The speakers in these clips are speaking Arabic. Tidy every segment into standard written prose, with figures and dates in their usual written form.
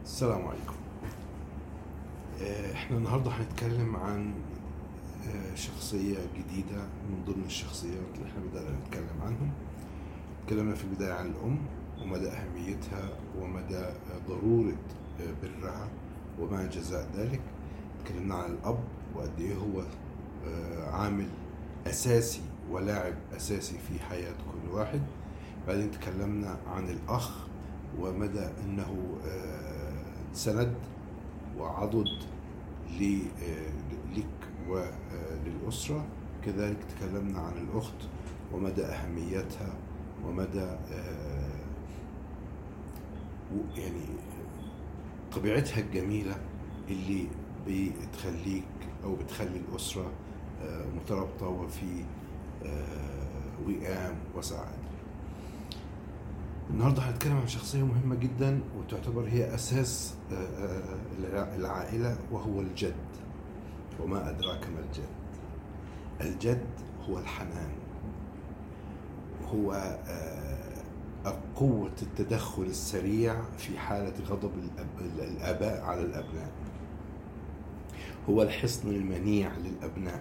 السلام عليكم. احنا النهاردة هنتكلم عن شخصية جديدة من ضمن الشخصيات اللي احنا بدأنا نتكلم عنهم. اتكلمنا في البداية عن الأم ومدى أهميتها ومدى ضرورة برها وما جزاء ذلك. اتكلمنا عن الأب وقد ايه هو عامل أساسي ولاعب أساسي في حياة كل واحد. بعدين تكلمنا عن الأخ ومدى أنه سند وعضد لك وللأسرة. كذلك تكلمنا عن الأخت ومدى أهميتها ومدى يعني طبيعتها الجميلة اللي بتخليك أو بتخلي الأسرة مترابطة وفي وئام وسعادة. النهاردة هنتكلم عن شخصية مهمة جدا وتعتبر هي أساس العائلة، وهو الجد. وما أدراك ما الجد؟ الجد هو الحنان، هو قوة التدخل السريع في حالة غضب الآباء على الأبناء، هو الحصن المنيع للأبناء.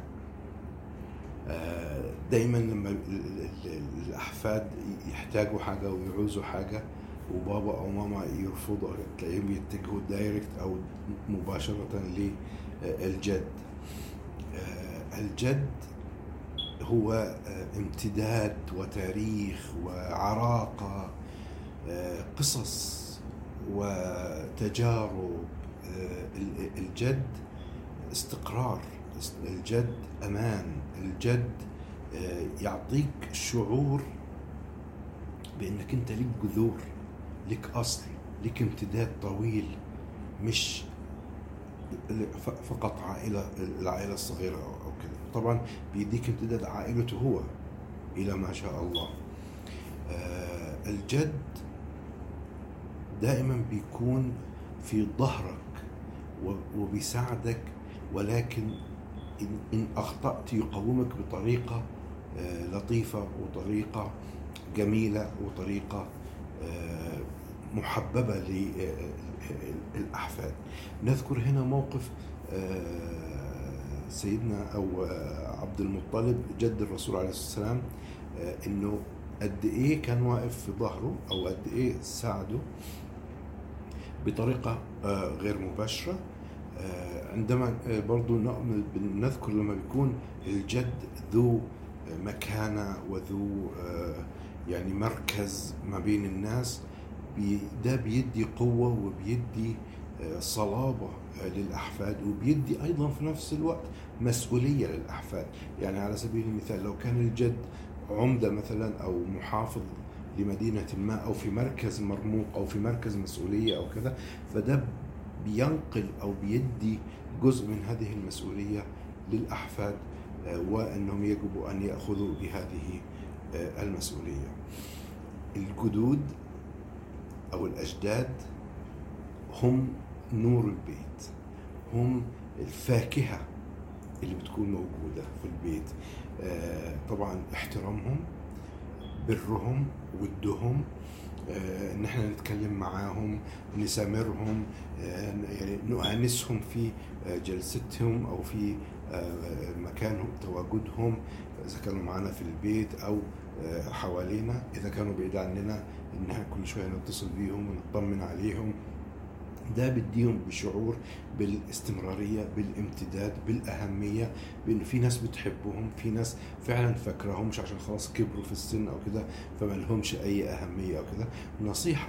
دايما لما الأحفاد يحتاجوا حاجة ويعوزوا حاجة وبابا أو ماما يرفضوا، تلاقيهم يتجهوا دايركت أو مباشرة للجد. الجد هو امتداد وتاريخ وعراقة، قصص وتجارب. الجد استقرار، الجد أمان، الجد يعطيك شعور بأنك أنت لك جذور، لك أصل، لك امتداد طويل، مش فقط العائلة الصغيرة أو كده. طبعا بيديك امتداد عائلته هو إلى ما شاء الله. الجد دائما بيكون في ظهرك وبيساعدك، ولكن إن أخطأت يقومك بطريقة لطيفة وطريقة جميلة وطريقة محببة للأحفاد. نذكر هنا موقف سيدنا أو عبد المطلب جد الرسول عليه الصلاة والسلام، إنه قد إيه كان واقف في ظهره أو قد إيه ساعده بطريقة غير مباشرة. عندما برضو نذكر لما بيكون الجد ذو مكانة وذو يعني مركز ما بين الناس، ده بيدي قوة وبيدي صلابة للأحفاد، وبيدي أيضا في نفس الوقت مسؤولية للأحفاد. يعني على سبيل المثال لو كان الجد عمدة مثلا أو محافظ لمدينة ما أو في مركز مرموق أو في مركز مسؤولية أو كذا، فده بينقل أو بيدي جزء من هذه المسؤولية للأحفاد، وأنهم يجب أن يأخذوا بهذه المسؤولية. الجدود أو الأجداد هم نور البيت، هم الفاكهة اللي بتكون موجودة في البيت. طبعا احترامهم، برهم، ودهم، ان احنا نتكلم معاهم، نسامرهم، يعني نؤانسهم في جلستهم او في مكان تواجدهم، اذا كانوا معنا في البيت او حوالينا. اذا كانوا بعيد عننا ان كل شويه نتصل بيهم ونطمن عليهم. ده بديهم بشعور بالاستمرارية، بالامتداد، بالأهمية، بأن في ناس بتحبهم، في ناس فعلا فاكرهم، مش عشان خلاص كبروا في السن أو كده فما لهمش أي أهمية أو كده. نصيحة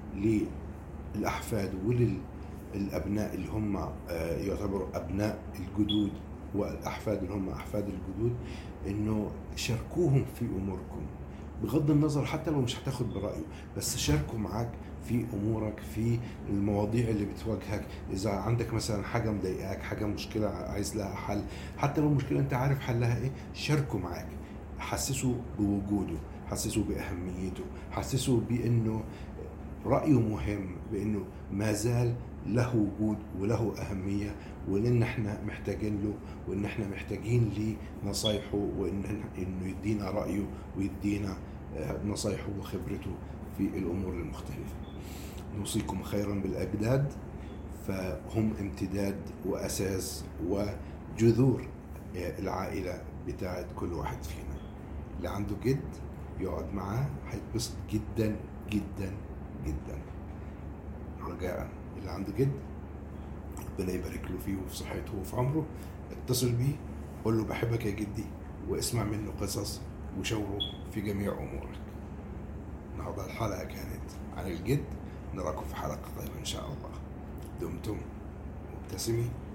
للأحفاد وللأبناء اللي هم يعتبروا أبناء الجدود والأحفاد اللي هم أحفاد الجدود، إنه شاركوهم في أموركم بغض النظر، حتى لو مش هتاخد برأيه، بس شاركوا معاك في أمورك، في المواضيع اللي بتواجهك. إذا عندك مثلا حاجة مضايقاك، حاجة مشكلة عايز لها حل، حتى لو مشكلة أنت عارف حلها إيه، شاركوا معاك، حسسوا بوجوده، حسسوا بأهميته، حسسوا بأنه رأيه مهم، بأنه ما زال له وجود وله أهمية، وإن احنا محتاجين له، وإن احنا محتاجين لنصايحه، وإنه يدينا رأيه ويدينا نصايحه وخبرته في الأمور المختلفة. نوصيكم خيرا بالأجداد، فهم امتداد وأساس وجذور العائلة بتاعت كل واحد فينا. اللي عنده جد يقعد معاه هيتبسط جدا جدا جدا. رجاء اللي عنده جد ربنا يبارك له فيه وفي صحته وفي عمره، اتصل بيه قول له بحبك يا جدي، واسمع منه قصص وشاوره في جميع أمورك. النهارده الحلقة كانت عن الجد، نراكم في حلقة قادمة إن شاء الله. دمتم مبتسمين.